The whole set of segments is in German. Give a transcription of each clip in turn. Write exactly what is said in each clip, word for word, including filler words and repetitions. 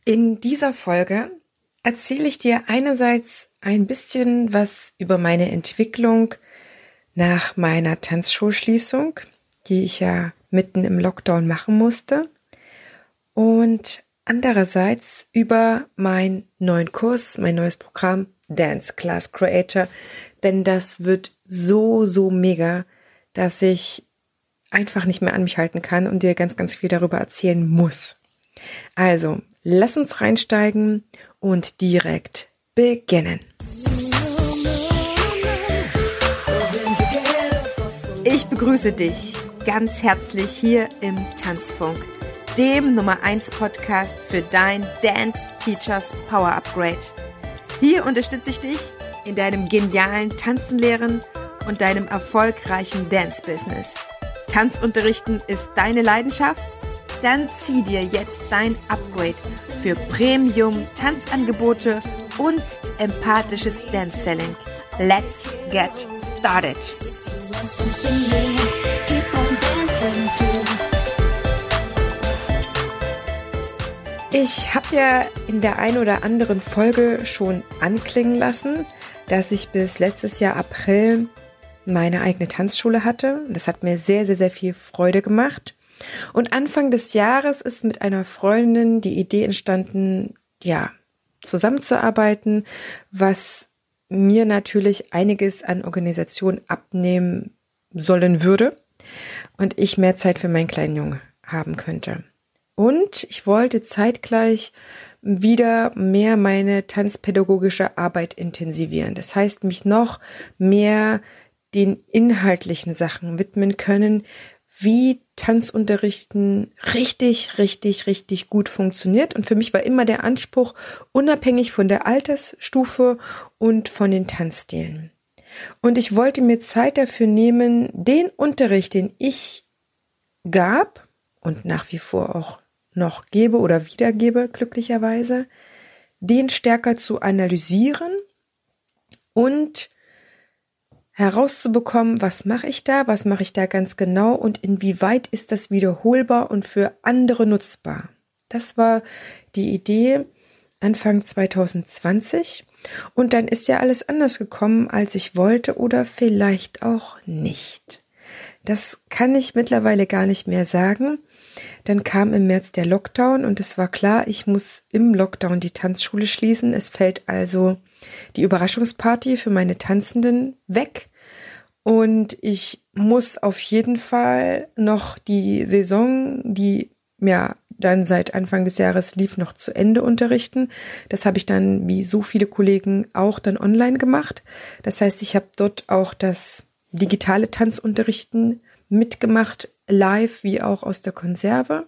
In dieser Folge erzähle ich dir einerseits ein bisschen was über meine Entwicklung nach meiner Tanzschulschließung, die ich ja mitten im Lockdown machen musste, und andererseits über meinen neuen Kurs, mein neues Programm Dance Class Creator, denn das wird so, so mega, dass ich einfach nicht mehr an mich halten kann und dir ganz, ganz viel darüber erzählen muss. Also, lass uns reinsteigen und direkt beginnen. Ich begrüße dich ganz herzlich hier im Tanzfunk, dem Nummer eins Podcast für dein Dance Teachers Power Upgrade. Hier unterstütze ich dich in deinem genialen Tanzenlehren und deinem erfolgreichen Dance-Business. Tanzunterrichten ist deine Leidenschaft? Dann zieh dir jetzt dein Upgrade für Premium-Tanzangebote und empathisches Dance-Selling. Let's get started! Ich habe ja in der einen oder anderen Folge schon anklingen lassen, dass ich bis letztes Jahr April meine eigene Tanzschule hatte. Das hat mir sehr, sehr, sehr viel Freude gemacht. Und Anfang des Jahres ist mit einer Freundin die Idee entstanden, ja, zusammenzuarbeiten, was mir natürlich einiges an Organisation abnehmen sollen würde und ich mehr Zeit für meinen kleinen Jungen haben könnte. Und ich wollte zeitgleich wieder mehr meine tanzpädagogische Arbeit intensivieren. Das heißt, mich noch mehr den inhaltlichen Sachen widmen können, wie Tanzunterrichten richtig, richtig, richtig gut funktioniert. Und für mich war immer der Anspruch, unabhängig von der Altersstufe und von den Tanzstilen. Und ich wollte mir Zeit dafür nehmen, den Unterricht, den ich gab und nach wie vor auch noch gebe oder wiedergebe, glücklicherweise, den stärker zu analysieren und herauszubekommen, was mache ich da, was mache ich da ganz genau und inwieweit ist das wiederholbar und für andere nutzbar. Das war die Idee Anfang zwanzig zwanzig und dann ist ja alles anders gekommen, als ich wollte oder vielleicht auch nicht. Das kann ich mittlerweile gar nicht mehr sagen. Dann kam im März der Lockdown und es war klar, ich muss im Lockdown die Tanzschule schließen. Es fällt also die Überraschungsparty für meine Tanzenden weg und ich muss auf jeden Fall noch die Saison, die ja dann seit Anfang des Jahres lief, noch zu Ende unterrichten. Das habe ich dann wie so viele Kollegen auch dann online gemacht. Das heißt, ich habe dort auch das digitale Tanzunterrichten mitgemacht, live wie auch aus der Konserve.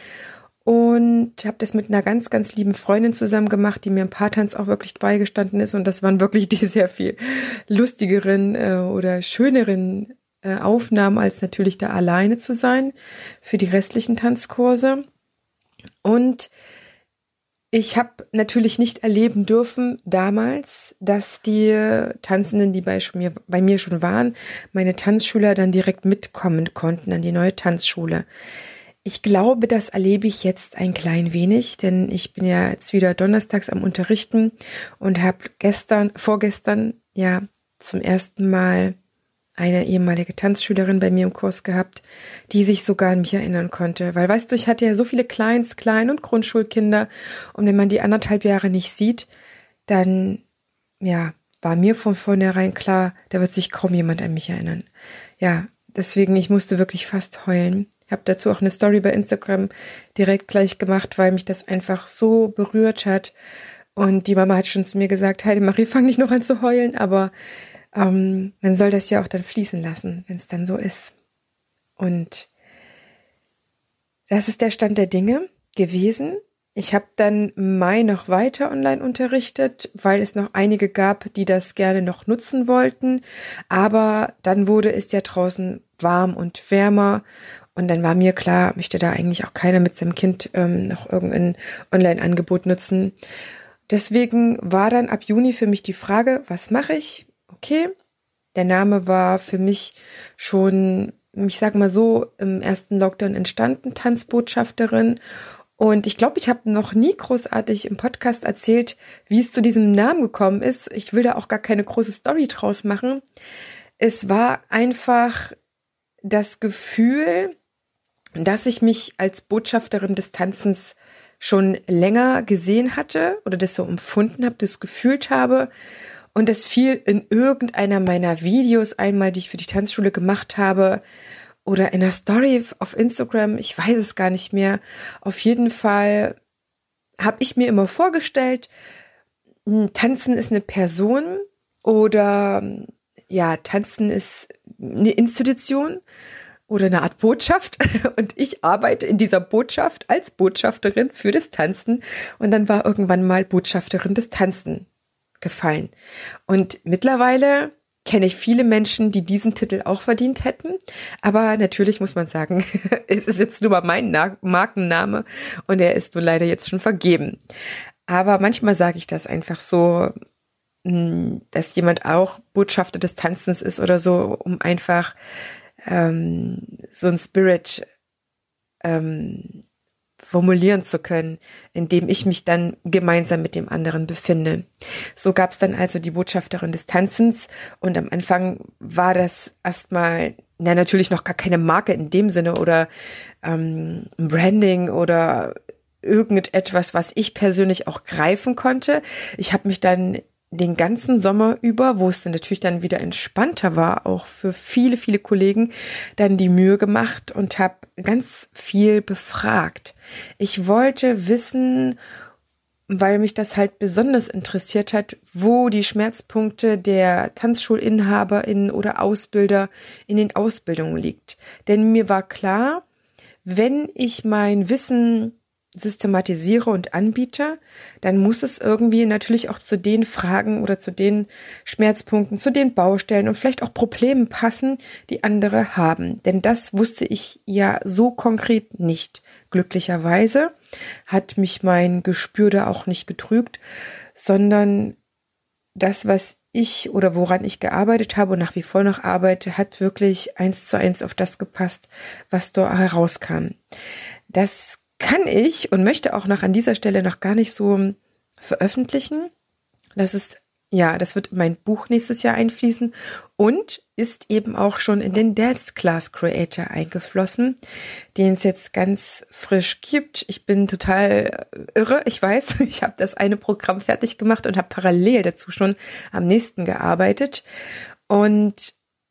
Und habe das mit einer ganz, ganz lieben Freundin zusammen gemacht, die mir im Paartanz auch wirklich beigestanden ist. Und das waren wirklich die sehr viel lustigeren äh, oder schöneren äh, Aufnahmen, als natürlich da alleine zu sein für die restlichen Tanzkurse. Und ich habe natürlich nicht erleben dürfen damals, dass die Tanzenden, die bei mir, bei mir schon waren, meine Tanzschüler dann direkt mitkommen konnten an die neue Tanzschule. Ich glaube, das erlebe ich jetzt ein klein wenig, denn ich bin ja jetzt wieder donnerstags am Unterrichten und habe gestern, vorgestern ja zum ersten Mal eine ehemalige Tanzschülerin bei mir im Kurs gehabt, die sich sogar an mich erinnern konnte. Weil, weißt du, ich hatte ja so viele Kleins-, Klein- und Grundschulkinder und wenn man die anderthalb Jahre nicht sieht, dann, ja, war mir von vornherein klar, da wird sich kaum jemand an mich erinnern. Ja, deswegen, ich musste wirklich fast heulen. Ich habe dazu auch eine Story bei Instagram direkt gleich gemacht, weil mich das einfach so berührt hat. Und die Mama hat schon zu mir gesagt, Heidemarie, fang nicht noch an zu heulen, aber ähm, man soll das ja auch dann fließen lassen, wenn es dann so ist. Und das ist der Stand der Dinge gewesen. Ich habe dann im Mai noch weiter online unterrichtet, weil es noch einige gab, die das gerne noch nutzen wollten. Aber dann wurde es ja draußen warm und wärmer. Und dann war mir klar, möchte da eigentlich auch keiner mit seinem Kind ähm, noch irgendein Online-Angebot nutzen. Deswegen war dann ab Juni für mich die Frage, was mache ich? Okay, der Name war für mich schon, ich sag mal so, im ersten Lockdown entstanden, Tanzbotschafterin. Und ich glaube, ich habe noch nie großartig im Podcast erzählt, wie es zu diesem Namen gekommen ist. Ich will da auch gar keine große Story draus machen. Es war einfach das Gefühl, dass ich mich als Botschafterin des Tanzens schon länger gesehen hatte oder das so empfunden habe, das gefühlt habe. Und das fiel in irgendeiner meiner Videos einmal, die ich für die Tanzschule gemacht habe, oder in der Story auf Instagram, ich weiß es gar nicht mehr. Auf jeden Fall habe ich mir immer vorgestellt, Tanzen ist eine Person oder ja, Tanzen ist eine Institution oder eine Art Botschaft und ich arbeite in dieser Botschaft als Botschafterin für das Tanzen und dann war irgendwann mal Botschafterin des Tanzen gefallen. Und mittlerweile kenne ich viele Menschen, die diesen Titel auch verdient hätten. Aber natürlich muss man sagen, es ist jetzt nur mal mein Na- Markenname und er ist nur leider jetzt schon vergeben. Aber manchmal sage ich das einfach so, dass jemand auch Botschafter des Tanzens ist oder so, um einfach ähm, so ein Spirit ähm, formulieren zu können, indem ich mich dann gemeinsam mit dem anderen befinde. So gab es dann also die Botschafterin des Tanzens und am Anfang war das erstmal, na natürlich noch gar keine Marke in dem Sinne oder ähm, Branding oder irgendetwas, was ich persönlich auch greifen konnte. Ich habe mich dann den ganzen Sommer über, wo es dann natürlich dann wieder entspannter war, auch für viele, viele Kollegen, dann die Mühe gemacht und habe ganz viel befragt. Ich wollte wissen, weil mich das halt besonders interessiert hat, wo die Schmerzpunkte der TanzschulinhaberInnen oder Ausbilder in den Ausbildungen liegt. Denn mir war klar, wenn ich mein Wissen systematisiere und anbiete, dann muss es irgendwie natürlich auch zu den Fragen oder zu den Schmerzpunkten, zu den Baustellen und vielleicht auch Problemen passen, die andere haben. Denn das wusste ich ja so konkret nicht. Glücklicherweise hat mich mein Gespür da auch nicht getrügt, sondern das, was ich oder woran ich gearbeitet habe und nach wie vor noch arbeite, hat wirklich eins zu eins auf das gepasst, was da herauskam. Das kann ich und möchte auch noch an dieser Stelle noch gar nicht so veröffentlichen. Das ist, ja, das wird in mein Buch nächstes Jahr einfließen und ist eben auch schon in den Dance Class Creator eingeflossen, den es jetzt ganz frisch gibt. Ich bin total irre, ich weiß, ich habe das eine Programm fertig gemacht und habe parallel dazu schon am nächsten gearbeitet. Und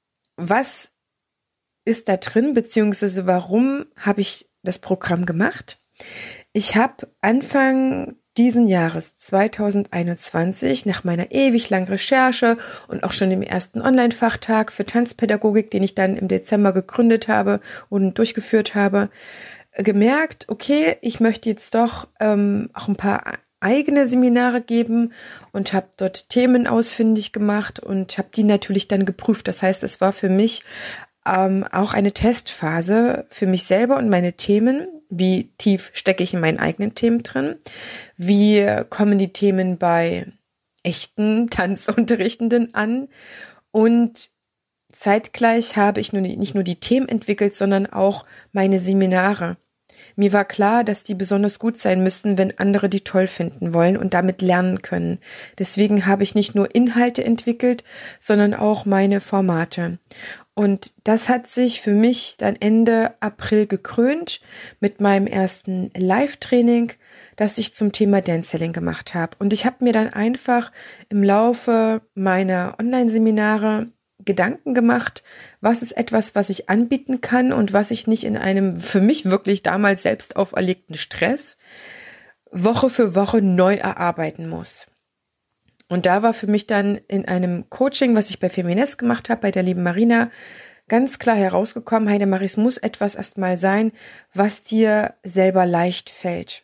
was ist da drin, beziehungsweise warum habe ich das Programm gemacht? Ich habe Anfang diesen Jahres zwanzig einundzwanzig nach meiner ewig langen Recherche und auch schon dem ersten Online-Fachtag für Tanzpädagogik, den ich dann im Dezember gegründet habe und durchgeführt habe, gemerkt, okay, ich möchte jetzt doch ähm, auch ein paar eigene Seminare geben und habe dort Themen ausfindig gemacht und habe die natürlich dann geprüft. Das heißt, es war für mich ähm, auch eine Testphase für mich selber und meine Themen. Wie tief stecke ich in meinen eigenen Themen drin? Wie kommen die Themen bei echten Tanzunterrichtenden an? Und zeitgleich habe ich nur die, nicht nur die Themen entwickelt, sondern auch meine Seminare. Mir war klar, dass die besonders gut sein müssten, wenn andere die toll finden wollen und damit lernen können. Deswegen habe ich nicht nur Inhalte entwickelt, sondern auch meine Formate. Und das hat sich für mich dann Ende April gekrönt mit meinem ersten Live-Training, das ich zum Thema Dance-Selling gemacht habe. Und ich habe mir dann einfach im Laufe meiner Online-Seminare Gedanken gemacht, was ist etwas, was ich anbieten kann und was ich nicht in einem für mich wirklich damals selbst auferlegten Stress Woche für Woche neu erarbeiten muss. Und da war für mich dann in einem Coaching, was ich bei Feminist gemacht habe, bei der lieben Marina, ganz klar herausgekommen, Heidemarie, es muss etwas erstmal sein, was dir selber leicht fällt.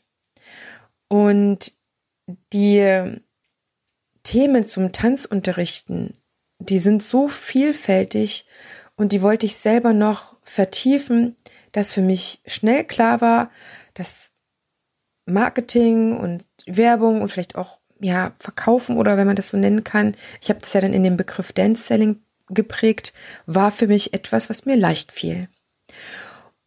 Und die Themen zum Tanzunterrichten, die sind so vielfältig und die wollte ich selber noch vertiefen, dass für mich schnell klar war, dass Marketing und Werbung und vielleicht auch ja Verkaufen oder wenn man das so nennen kann, ich habe das ja dann in dem Begriff Dance Selling geprägt, war für mich etwas, was mir leicht fiel.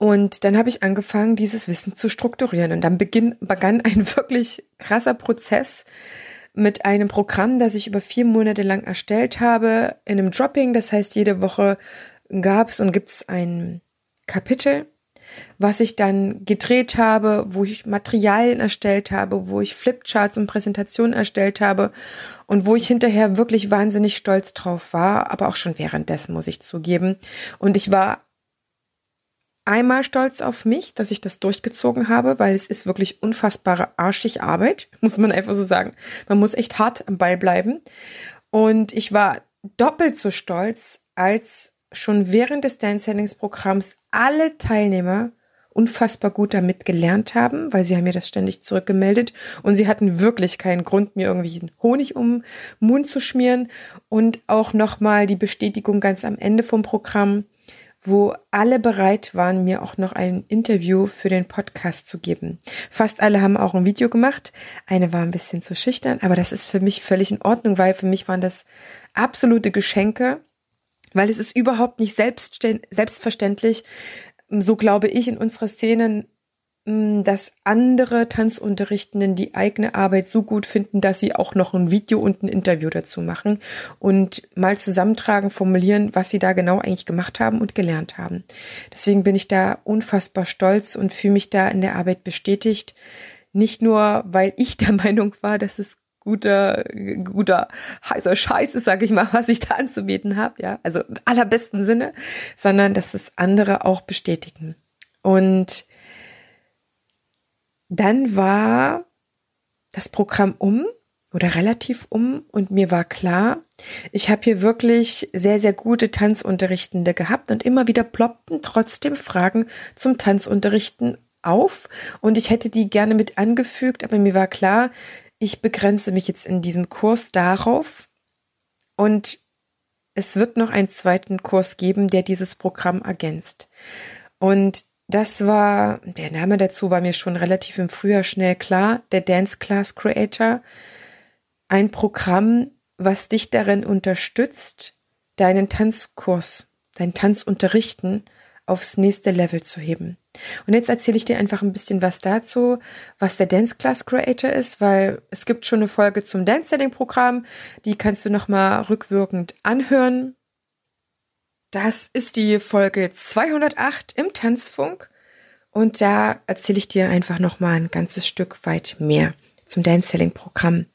Und dann habe ich angefangen, dieses Wissen zu strukturieren. Und dann beginn, begann ein wirklich krasser Prozess mit einem Programm, das ich über vier Monate lang erstellt habe, in einem Dropping. Das heißt, jede Woche gab es und gibt es ein Kapitel, was ich dann gedreht habe, wo ich Materialien erstellt habe, wo ich Flipcharts und Präsentationen erstellt habe und wo ich hinterher wirklich wahnsinnig stolz drauf war, aber auch schon währenddessen, muss ich zugeben. Und ich war einmal stolz auf mich, dass ich das durchgezogen habe, weil es ist wirklich unfassbare arschig Arbeit, muss man einfach so sagen. Man muss echt hart am Ball bleiben. Und ich war doppelt so stolz, als schon während des Dance-Trainings-Programms alle Teilnehmer unfassbar gut damit gelernt haben, weil sie haben mir das ständig zurückgemeldet und sie hatten wirklich keinen Grund, mir irgendwie Honig um den Mund zu schmieren. Und auch nochmal die Bestätigung ganz am Ende vom Programm, wo alle bereit waren, mir auch noch ein Interview für den Podcast zu geben. Fast alle haben auch ein Video gemacht. Eine war ein bisschen zu schüchtern, aber das ist für mich völlig in Ordnung, weil für mich waren das absolute Geschenke, weil es ist überhaupt nicht selbstverständlich, so glaube ich, in unserer Szene, dass andere Tanzunterrichtenden die eigene Arbeit so gut finden, dass sie auch noch ein Video und ein Interview dazu machen und mal zusammentragen, formulieren, was sie da genau eigentlich gemacht haben und gelernt haben. Deswegen bin ich da unfassbar stolz und fühle mich da in der Arbeit bestätigt. Nicht nur, weil ich der Meinung war, dass es guter, guter, heißer Scheiß ist, sage ich mal, was ich da anzubieten habe, ja, also im allerbesten Sinne, sondern dass es andere auch bestätigen. Und dann war das Programm um oder relativ um und mir war klar, ich habe hier wirklich sehr, sehr gute Tanzunterrichtende gehabt und immer wieder ploppten trotzdem Fragen zum Tanzunterrichten auf und ich hätte die gerne mit angefügt, aber mir war klar, ich begrenze mich jetzt in diesem Kurs darauf und es wird noch einen zweiten Kurs geben, der dieses Programm ergänzt. Und das war, der Name dazu war mir schon relativ im Frühjahr schnell klar, der Dance Class Creator, ein Programm, was dich darin unterstützt, deinen Tanzkurs, dein Tanzunterrichten aufs nächste Level zu heben. Und jetzt erzähle ich dir einfach ein bisschen was dazu, was der Dance Class Creator ist, weil es gibt schon eine Folge zum Dance-Setting-Programm, die kannst du nochmal rückwirkend anhören. Das ist die Folge zweihundertacht im Tanzfunk und da erzähle ich dir einfach nochmal ein ganzes Stück weit mehr zum Dance-Selling-Programm.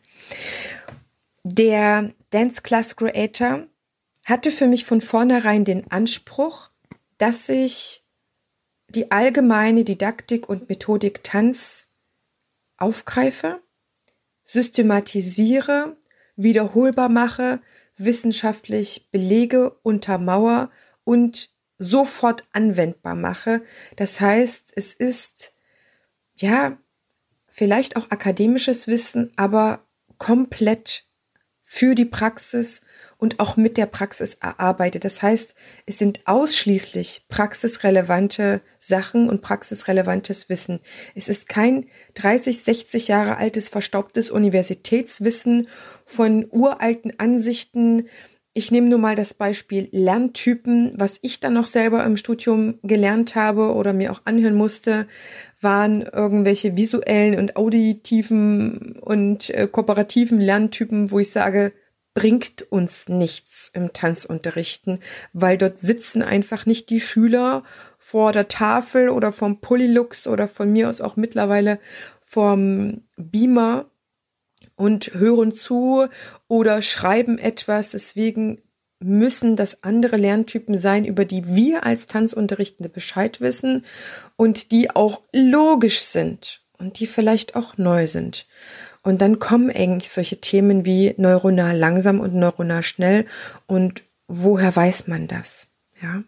Der Dance Class Creator hatte für mich von vornherein den Anspruch, dass ich die allgemeine Didaktik und Methodik Tanz aufgreife, systematisiere, wiederholbar mache, wissenschaftlich belege, untermauer und sofort anwendbar mache. Das heißt, es ist, ja, vielleicht auch akademisches Wissen, aber komplett für die Praxis und auch mit der Praxis erarbeitet. Das heißt, es sind ausschließlich praxisrelevante Sachen und praxisrelevantes Wissen. Es ist kein dreißig, sechzig Jahre altes, verstaubtes Universitätswissen von uralten Ansichten. Ich nehme nur mal das Beispiel Lerntypen. Was ich dann noch selber im Studium gelernt habe oder mir auch anhören musste, waren irgendwelche visuellen und auditiven und äh, kooperativen Lerntypen, wo ich sage, bringt uns nichts im Tanzunterrichten, weil dort sitzen einfach nicht die Schüler vor der Tafel oder vom Polylux oder von mir aus auch mittlerweile vom Beamer und hören zu oder schreiben etwas. Deswegen müssen das andere Lerntypen sein, über die wir als Tanzunterrichtende Bescheid wissen und die auch logisch sind und die vielleicht auch neu sind. Und dann kommen eigentlich solche Themen wie neuronal langsam und neuronal schnell. Und woher weiß man das? Ja.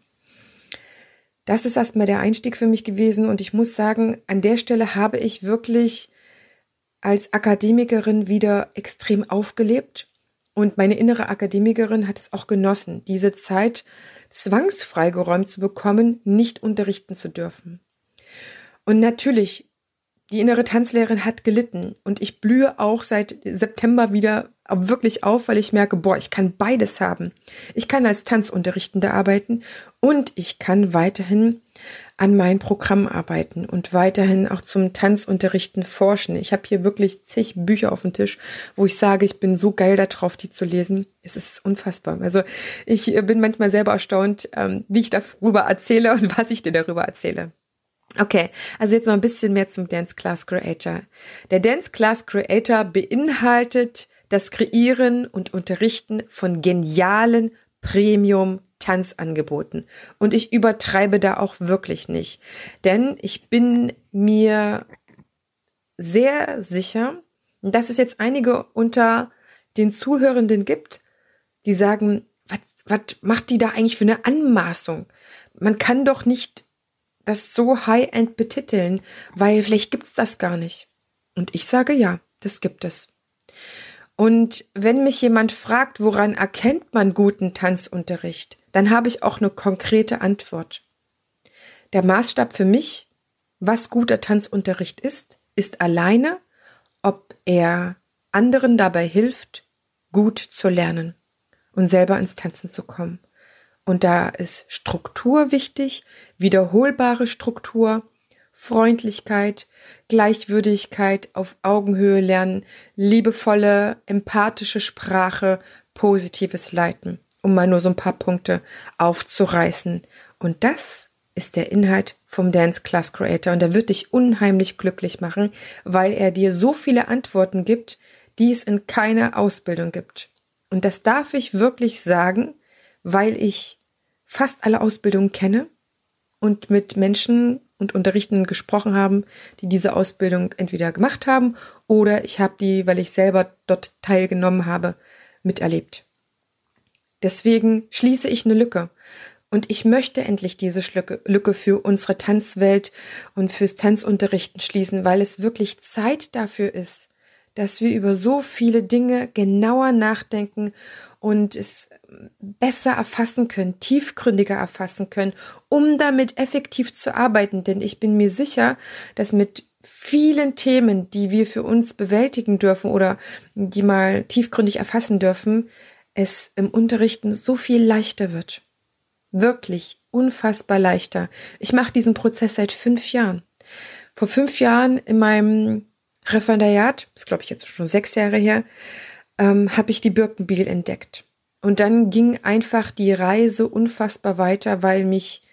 Das ist erstmal der Einstieg für mich gewesen. Und ich muss sagen, an der Stelle habe ich wirklich als Akademikerin wieder extrem aufgelebt. Und meine innere Akademikerin hat es auch genossen, diese Zeit zwangsfrei geräumt zu bekommen, nicht unterrichten zu dürfen. Und natürlich, die innere Tanzlehrerin hat gelitten und ich blühe auch seit September wieder wirklich auf, weil ich merke, boah, ich kann beides haben. Ich kann als Tanzunterrichtende arbeiten und ich kann weiterhin an mein Programm arbeiten und weiterhin auch zum Tanzunterrichten forschen. Ich habe hier wirklich zig Bücher auf dem Tisch, wo ich sage, ich bin so geil darauf, die zu lesen. Es ist unfassbar. Also ich bin manchmal selber erstaunt, wie ich darüber erzähle und was ich dir darüber erzähle. Okay, also jetzt noch ein bisschen mehr zum Dance Class Creator. Der Dance Class Creator beinhaltet das Kreieren und Unterrichten von genialen Premium-Tanzangeboten. Und ich übertreibe da auch wirklich nicht. Denn ich bin mir sehr sicher, dass es jetzt einige unter den Zuhörenden gibt, die sagen, was, was macht die da eigentlich für eine Anmaßung? Man kann doch nicht das so high-end betiteln, weil vielleicht gibt's das gar nicht. Und ich sage ja, das gibt es. Und wenn mich jemand fragt, woran erkennt man guten Tanzunterricht, dann habe ich auch eine konkrete Antwort. Der Maßstab für mich, was guter Tanzunterricht ist, ist alleine, ob er anderen dabei hilft, gut zu lernen und selber ins Tanzen zu kommen. Und da ist Struktur wichtig, wiederholbare Struktur, Freundlichkeit, Gleichwürdigkeit, auf Augenhöhe lernen, liebevolle, empathische Sprache, positives Leiten, um mal nur so ein paar Punkte aufzureißen. Und das ist der Inhalt vom Dance Class Creator. Und er wird dich unheimlich glücklich machen, weil er dir so viele Antworten gibt, die es in keiner Ausbildung gibt. Und das darf ich wirklich sagen, weil ich fast alle Ausbildungen kenne und mit Menschen und Unterrichtenden gesprochen haben, die diese Ausbildung entweder gemacht haben oder ich habe die, weil ich selber dort teilgenommen habe, miterlebt. Deswegen schließe ich eine Lücke. Und ich möchte endlich diese Lücke für unsere Tanzwelt und fürs Tanzunterrichten schließen, weil es wirklich Zeit dafür ist, dass wir über so viele Dinge genauer nachdenken und es besser erfassen können, tiefgründiger erfassen können, um damit effektiv zu arbeiten. Denn ich bin mir sicher, dass mit vielen Themen, die wir für uns bewältigen dürfen oder die mal tiefgründig erfassen dürfen, es im Unterrichten so viel leichter wird. Wirklich unfassbar leichter. Ich mache diesen Prozess seit fünf Jahren. Vor fünf Jahren in meinem Referendariat, das glaube ich jetzt schon sechs Jahre her, ähm, habe ich die Birkenbiel entdeckt. Und dann ging einfach die Reise unfassbar weiter, weil mich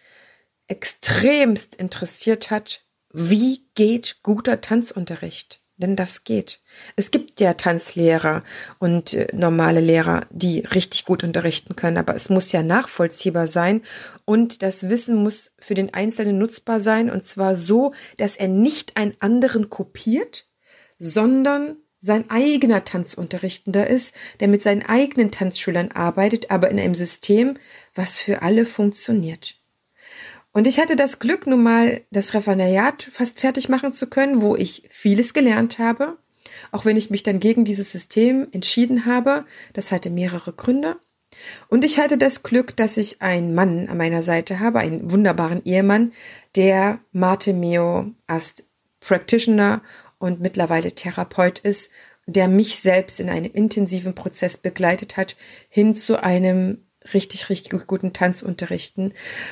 extremst interessiert hat, wie geht guter Tanzunterricht? Denn das geht. Es gibt ja Tanzlehrer und äh, normale Lehrer, die richtig gut unterrichten können, aber es muss ja nachvollziehbar sein und das Wissen muss für den Einzelnen nutzbar sein und zwar so, dass er nicht einen anderen kopiert, sondern sein eigener Tanzunterrichtender ist, der mit seinen eigenen Tanzschülern arbeitet, aber in einem System, was für alle funktioniert. Und ich hatte das Glück, nun mal das Referendariat fast fertig machen zu können, wo ich vieles gelernt habe, auch wenn ich mich dann gegen dieses System entschieden habe. Das hatte mehrere Gründe. Und ich hatte das Glück, dass ich einen Mann an meiner Seite habe, einen wunderbaren Ehemann, der Marte Meo Ast Practitioner und mittlerweile Therapeut ist, der mich selbst in einem intensiven Prozess begleitet hat, hin zu einem richtig, richtig guten Tanzunterrichten.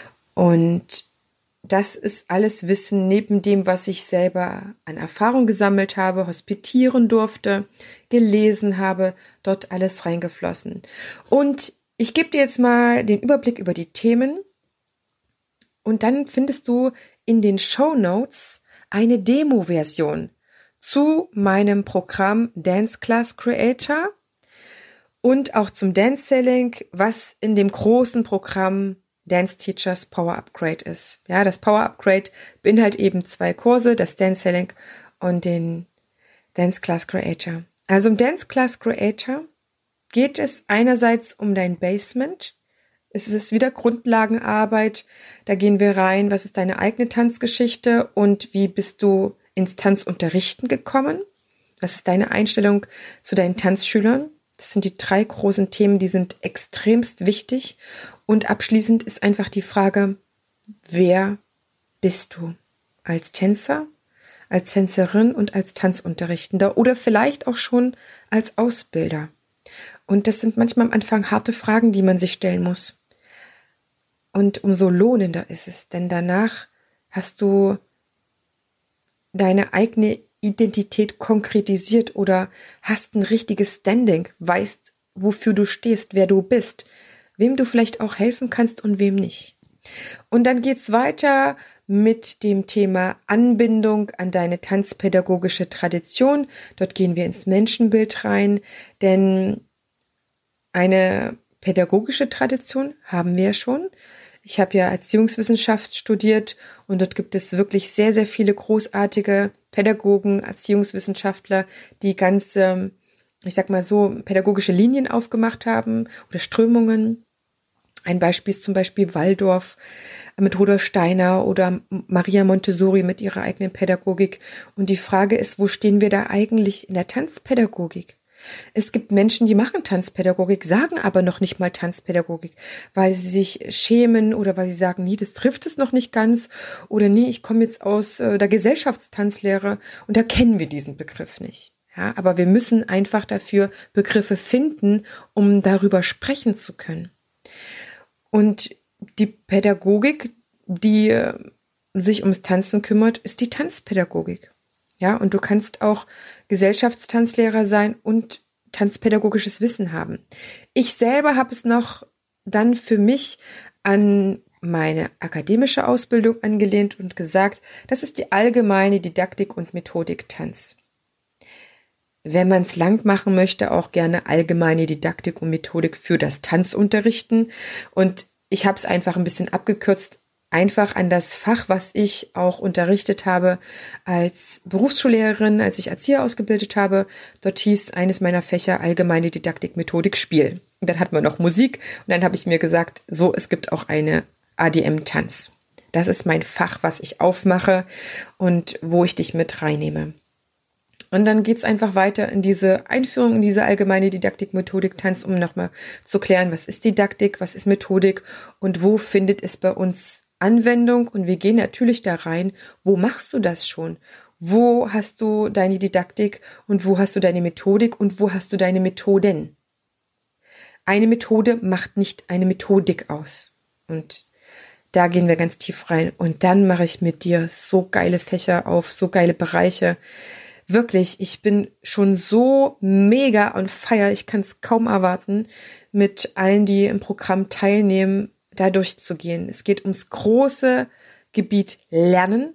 Und das ist alles Wissen neben dem, was ich selber an Erfahrung gesammelt habe, hospitieren durfte, gelesen habe, dort alles reingeflossen. Und ich gebe dir jetzt mal den Überblick über die Themen und dann findest du in den Shownotes eine Demo-Version zu meinem Programm Dance Class Creator und auch zum Dance Selling, was in dem großen Programm Dance Teachers Power Upgrade ist. Ja, das Power Upgrade beinhaltet eben zwei Kurse, das Dance Selling und den Dance Class Creator. Also im Dance Class Creator geht es einerseits um dein Basement. Es ist wieder Grundlagenarbeit. Da gehen wir rein, was ist deine eigene Tanzgeschichte und wie bist du ins Tanzunterrichten gekommen? Was ist deine Einstellung zu deinen Tanzschülern? Das sind die drei großen Themen, die sind extremst wichtig. Und abschließend ist einfach die Frage, wer bist du? Als Tänzer, als Tänzerin und als Tanzunterrichtender oder vielleicht auch schon als Ausbilder. Und das sind manchmal am Anfang harte Fragen, die man sich stellen muss. Und umso lohnender ist es, denn danach hast du deine eigene Identität konkretisiert oder hast ein richtiges Standing, weißt, wofür du stehst, wer du bist, wem du vielleicht auch helfen kannst und wem nicht. Und dann geht's weiter mit dem Thema Anbindung an deine tanzpädagogische Tradition. Dort gehen wir ins Menschenbild rein, denn eine pädagogische Tradition haben wir ja schon. Ich habe ja Erziehungswissenschaft studiert und dort gibt es wirklich sehr, sehr viele großartige Pädagogen, Erziehungswissenschaftler, die ganz, ähm, ich sag mal so, pädagogische Linien aufgemacht haben oder Strömungen. Ein Beispiel ist zum Beispiel Waldorf mit Rudolf Steiner oder Maria Montessori mit ihrer eigenen Pädagogik. Und die Frage ist, wo stehen wir da eigentlich in der Tanzpädagogik? Es gibt Menschen, die machen Tanzpädagogik, sagen aber noch nicht mal Tanzpädagogik, weil sie sich schämen oder weil sie sagen, nee, das trifft es noch nicht ganz oder nee, ich komme jetzt aus äh, der Gesellschaftstanzlehre und da kennen wir diesen Begriff nicht. Ja, aber wir müssen einfach dafür Begriffe finden, um darüber sprechen zu können. Und die Pädagogik, die äh, sich ums Tanzen kümmert, ist die Tanzpädagogik. Ja, und du kannst auch Gesellschaftstanzlehrer sein und tanzpädagogisches Wissen haben. Ich selber habe es noch dann für mich an meine akademische Ausbildung angelehnt und gesagt, das ist die allgemeine Didaktik und Methodik Tanz. Wenn man es lang machen möchte, auch gerne allgemeine Didaktik und Methodik für das Tanzunterrichten. Und ich habe es einfach ein bisschen abgekürzt, einfach an das Fach, was ich auch unterrichtet habe als Berufsschullehrerin, als ich Erzieher ausgebildet habe. Dort hieß eines meiner Fächer allgemeine Didaktik, Methodik, Spiel. Und dann hat man noch Musik und dann habe ich mir gesagt, so, es gibt auch eine A D M-Tanz. Das ist mein Fach, was ich aufmache und wo ich dich mit reinnehme. Und dann geht's einfach weiter in diese Einführung in diese allgemeine Didaktik, Methodik, Tanz, um nochmal zu klären, was ist Didaktik, was ist Methodik und wo findet es bei uns Anwendung. Und wir gehen natürlich da rein, wo machst du das schon? Wo hast du deine Didaktik und wo hast du deine Methodik und wo hast du deine Methoden? Eine Methode macht nicht eine Methodik aus. Und da gehen wir ganz tief rein. Und dann mache ich mit dir so geile Fächer auf, so geile Bereiche. Wirklich, ich bin schon so mega on fire. Ich kann es kaum erwarten, mit allen, die im Programm teilnehmen, da durchzugehen. Es geht ums große Gebiet Lernen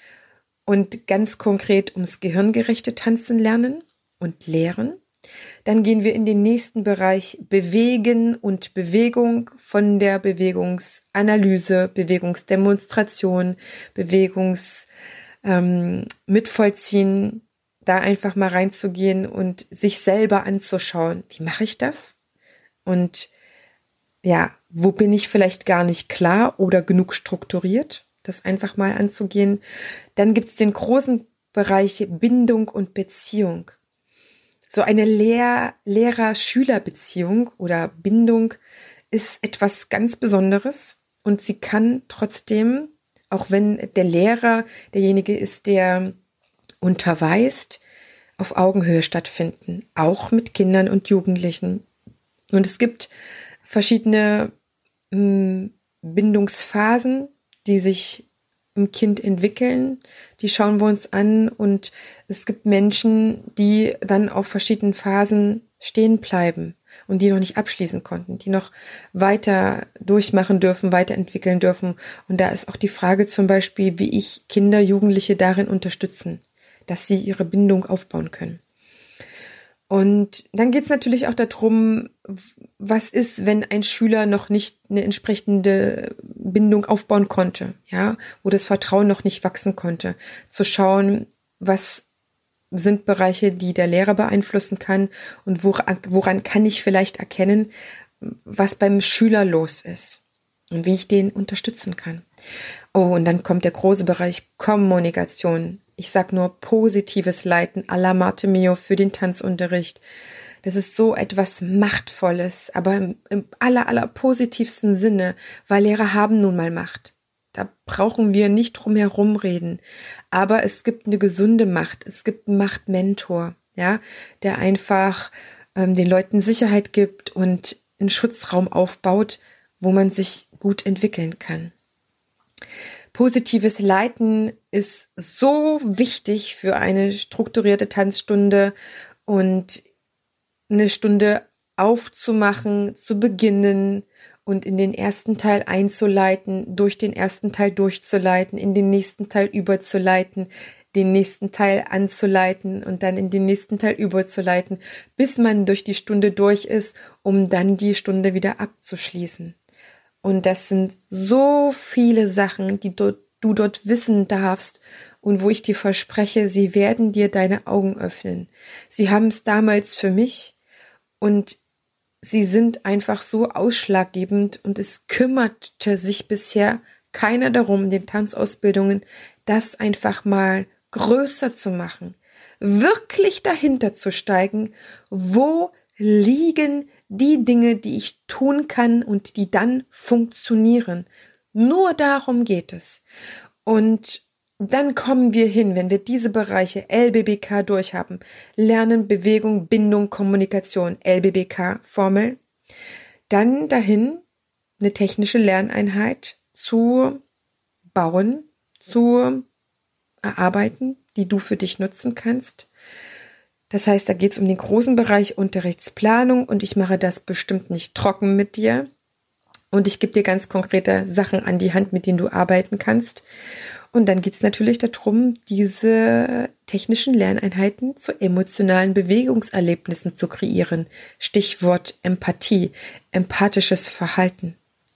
und ganz konkret ums gehirngerechte Tanzen lernen und Lehren. Dann gehen wir in den nächsten Bereich Bewegen und Bewegung, von der Bewegungsanalyse, Bewegungsdemonstration, Bewegungs ähm, mitvollziehen, da einfach mal reinzugehen und sich selber anzuschauen. Wie mache ich das? Und ja, wo bin ich vielleicht gar nicht klar oder genug strukturiert? Das einfach mal anzugehen. Dann gibt es den großen Bereich Bindung und Beziehung. So eine Lehr- Lehrer-Schüler-Beziehung oder Bindung ist etwas ganz Besonderes und sie kann trotzdem, auch wenn der Lehrer derjenige ist, der unterweist, auf Augenhöhe stattfinden, auch mit Kindern und Jugendlichen. Und es gibt verschiedene mh, Bindungsphasen, die sich im Kind entwickeln, die schauen wir uns an und es gibt Menschen, die dann auf verschiedenen Phasen stehen bleiben und die noch nicht abschließen konnten, die noch weiter durchmachen dürfen, weiterentwickeln dürfen. Und da ist auch die Frage zum Beispiel, wie ich Kinder, Jugendliche darin unterstützen, dass sie ihre Bindung aufbauen können. Und dann geht es natürlich auch darum, was ist, wenn ein Schüler noch nicht eine entsprechende Bindung aufbauen konnte, ja, wo das Vertrauen noch nicht wachsen konnte, zu schauen, was sind Bereiche, die der Lehrer beeinflussen kann und woran, woran kann ich vielleicht erkennen, was beim Schüler los ist und wie ich den unterstützen kann. Oh, und dann kommt der große Bereich Kommunikation. Ich sag nur positives Leiten à la Marte Mio für den Tanzunterricht. Das ist so etwas Machtvolles, aber im, im aller, aller positivsten Sinne, weil Lehrer haben nun mal Macht. Da brauchen wir nicht drum herum reden. Aber es gibt eine gesunde Macht. Es gibt einen Machtmentor, ja, der einfach ähm, den Leuten Sicherheit gibt und einen Schutzraum aufbaut, wo man sich gut entwickeln kann. Positives Leiten ist so wichtig für eine strukturierte Tanzstunde und eine Stunde aufzumachen, zu beginnen und in den ersten Teil einzuleiten, durch den ersten Teil durchzuleiten, in den nächsten Teil überzuleiten, den nächsten Teil anzuleiten und dann in den nächsten Teil überzuleiten, bis man durch die Stunde durch ist, um dann die Stunde wieder abzuschließen. Und das sind so viele Sachen, die du, du dort wissen darfst und wo ich dir verspreche, sie werden dir deine Augen öffnen. Sie haben es damals für mich und sie sind einfach so ausschlaggebend und es kümmerte sich bisher keiner darum, in den Tanzausbildungen das einfach mal größer zu machen, wirklich dahinter zu steigen, wo liegen die Dinge, die ich tun kann und die dann funktionieren. Nur darum geht es. Und dann kommen wir hin, wenn wir diese Bereiche L B B K durchhaben. Lernen, Bewegung, Bindung, Kommunikation, L B B K-Formel. Dann dahin eine technische Lerneinheit zu bauen, zu erarbeiten, die du für dich nutzen kannst. Das heißt, da geht es um den großen Bereich Unterrichtsplanung und ich mache das bestimmt nicht trocken mit dir. Und ich gebe dir ganz konkrete Sachen an die Hand, mit denen du arbeiten kannst. Und dann geht es natürlich darum, diese technischen Lerneinheiten zu emotionalen Bewegungserlebnissen zu kreieren. Stichwort Empathie, empathisches Verhalten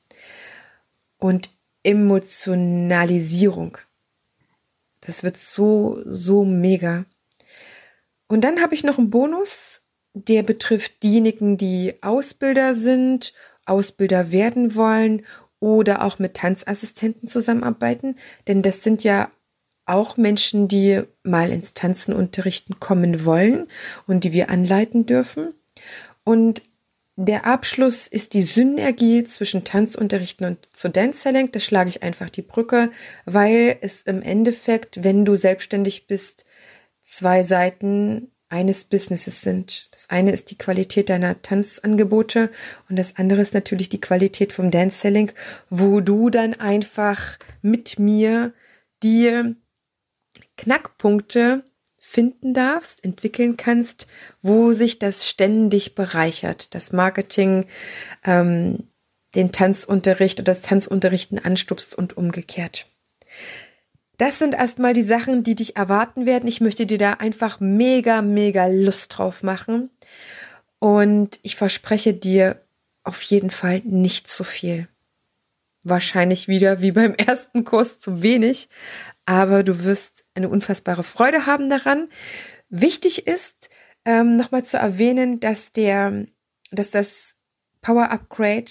und Emotionalisierung. Das wird so, so mega. Und dann habe ich noch einen Bonus, der betrifft diejenigen, die Ausbilder sind, Ausbilder werden wollen oder auch mit Tanzassistenten zusammenarbeiten, denn das sind ja auch Menschen, die mal ins Tanzen unterrichten kommen wollen und die wir anleiten dürfen. Und der Abschluss ist die Synergie zwischen Tanzunterrichten und zu Dance-Selling. Da schlage ich einfach die Brücke, weil es im Endeffekt, wenn du selbstständig bist, zwei Seiten eines Businesses sind. Das eine ist die Qualität deiner Tanzangebote und das andere ist natürlich die Qualität vom Dance-Selling, wo du dann einfach mit mir die Knackpunkte finden darfst, entwickeln kannst, wo sich das ständig bereichert, das Marketing, ähm, den Tanzunterricht oder das Tanzunterrichten anstupst und umgekehrt. Das sind erstmal die Sachen, die dich erwarten werden. Ich möchte dir da einfach mega, mega Lust drauf machen. Und ich verspreche dir auf jeden Fall nicht zu viel. Wahrscheinlich wieder wie beim ersten Kurs zu wenig, aber du wirst eine unfassbare Freude haben daran. Wichtig ist, ähm, nochmal zu erwähnen, dass der, dass das Power Upgrade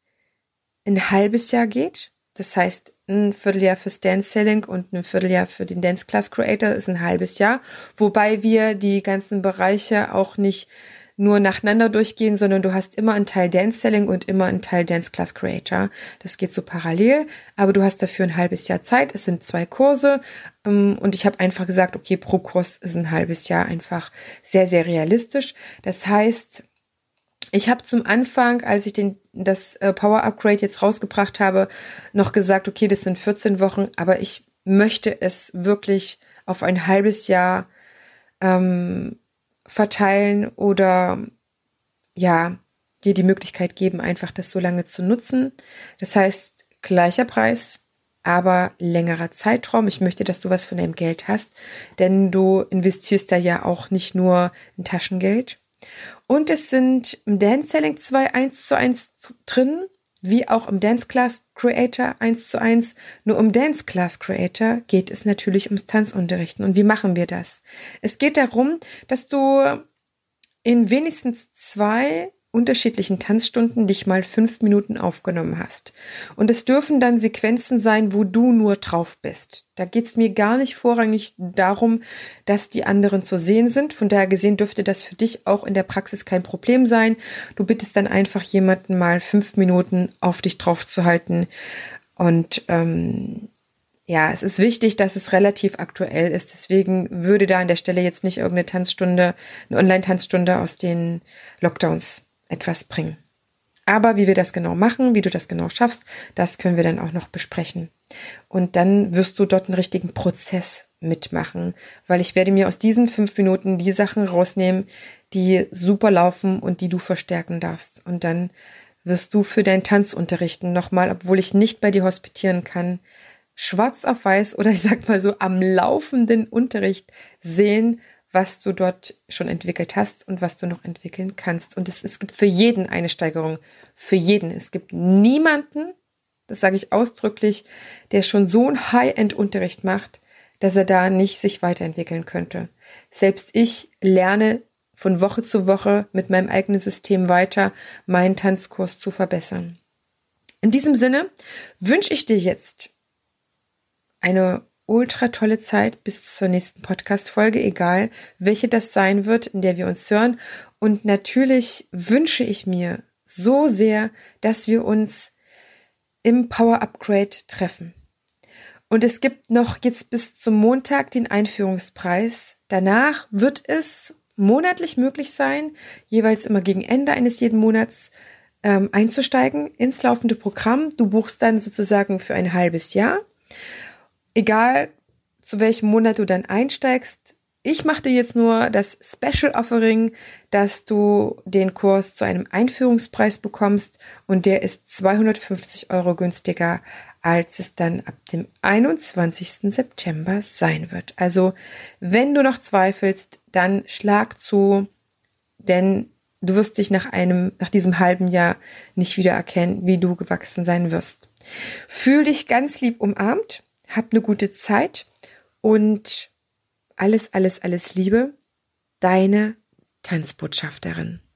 ein halbes Jahr geht. Das heißt, ein Vierteljahr fürs Dance-Selling und ein Vierteljahr für den Dance Class Creator ist ein halbes Jahr, wobei wir die ganzen Bereiche auch nicht nur nacheinander durchgehen, sondern du hast immer einen Teil Dance-Selling und immer einen Teil Dance Class Creator. Das geht so parallel, aber du hast dafür ein halbes Jahr Zeit. Es sind zwei Kurse und ich habe einfach gesagt, okay, pro Kurs ist ein halbes Jahr einfach sehr, sehr realistisch. Das heißt, ich habe zum Anfang, als ich den das äh, Power Upgrade jetzt rausgebracht habe, noch gesagt, okay, das sind vierzehn Wochen, aber ich möchte es wirklich auf ein halbes Jahr ähm, verteilen oder ja, dir die Möglichkeit geben, einfach das so lange zu nutzen. Das heißt, gleicher Preis, aber längerer Zeitraum. Ich möchte, dass du was von deinem Geld hast, denn du investierst da ja auch nicht nur ein Taschengeld. Und es sind im Dance-Selling zwei eins zu eins drin, wie auch im Dance Class Creator eins zu eins. Nur im Dance Class Creator geht es natürlich ums Tanzunterrichten. Und wie machen wir das? Es geht darum, dass du in wenigstens zwei unterschiedlichen Tanzstunden dich mal fünf Minuten aufgenommen hast. Und es dürfen dann Sequenzen sein, wo du nur drauf bist. Da geht es mir gar nicht vorrangig darum, dass die anderen zu sehen sind. Von daher gesehen dürfte das für dich auch in der Praxis kein Problem sein. Du bittest dann einfach jemanden mal fünf Minuten auf dich drauf zu halten und ähm, ja, es ist wichtig, dass es relativ aktuell ist. Deswegen würde da an der Stelle jetzt nicht irgendeine Tanzstunde, eine Online-Tanzstunde aus den Lockdowns etwas bringen. Aber wie wir das genau machen, wie du das genau schaffst, das können wir dann auch noch besprechen. Und dann wirst du dort einen richtigen Prozess mitmachen, weil ich werde mir aus diesen fünf Minuten die Sachen rausnehmen, die super laufen und die du verstärken darfst. Und dann wirst du für deinen Tanzunterrichten nochmal, obwohl ich nicht bei dir hospitieren kann, schwarz auf weiß oder ich sag mal so am laufenden Unterricht sehen, was du dort schon entwickelt hast und was du noch entwickeln kannst. Und es, es gibt für jeden eine Steigerung, für jeden. Es gibt niemanden, das sage ich ausdrücklich, der schon so einen High-End-Unterricht macht, dass er da nicht sich weiterentwickeln könnte. Selbst ich lerne von Woche zu Woche mit meinem eigenen System weiter, meinen Tanzkurs zu verbessern. In diesem Sinne wünsche ich dir jetzt eine ultra tolle Zeit bis zur nächsten Podcast-Folge, egal welche das sein wird, in der wir uns hören. Und natürlich wünsche ich mir so sehr, dass wir uns im Power Upgrade treffen. Und es gibt noch jetzt bis zum Montag den Einführungspreis. Danach wird es monatlich möglich sein, jeweils immer gegen Ende eines jeden Monats ähm, einzusteigen ins laufende Programm. Du buchst dann sozusagen für ein halbes Jahr. Egal, zu welchem Monat du dann einsteigst, ich mache dir jetzt nur das Special Offering, dass du den Kurs zu einem Einführungspreis bekommst und der ist zweihundertfünfzig Euro günstiger, als es dann ab dem einundzwanzigsten September sein wird. Also, wenn du noch zweifelst, dann schlag zu, denn du wirst dich nach einem, nach diesem halben Jahr nicht wieder erkennen, wie du gewachsen sein wirst. Fühl dich ganz lieb umarmt. Hab eine gute Zeit und alles, alles, alles Liebe, deine Tanzbotschafterin.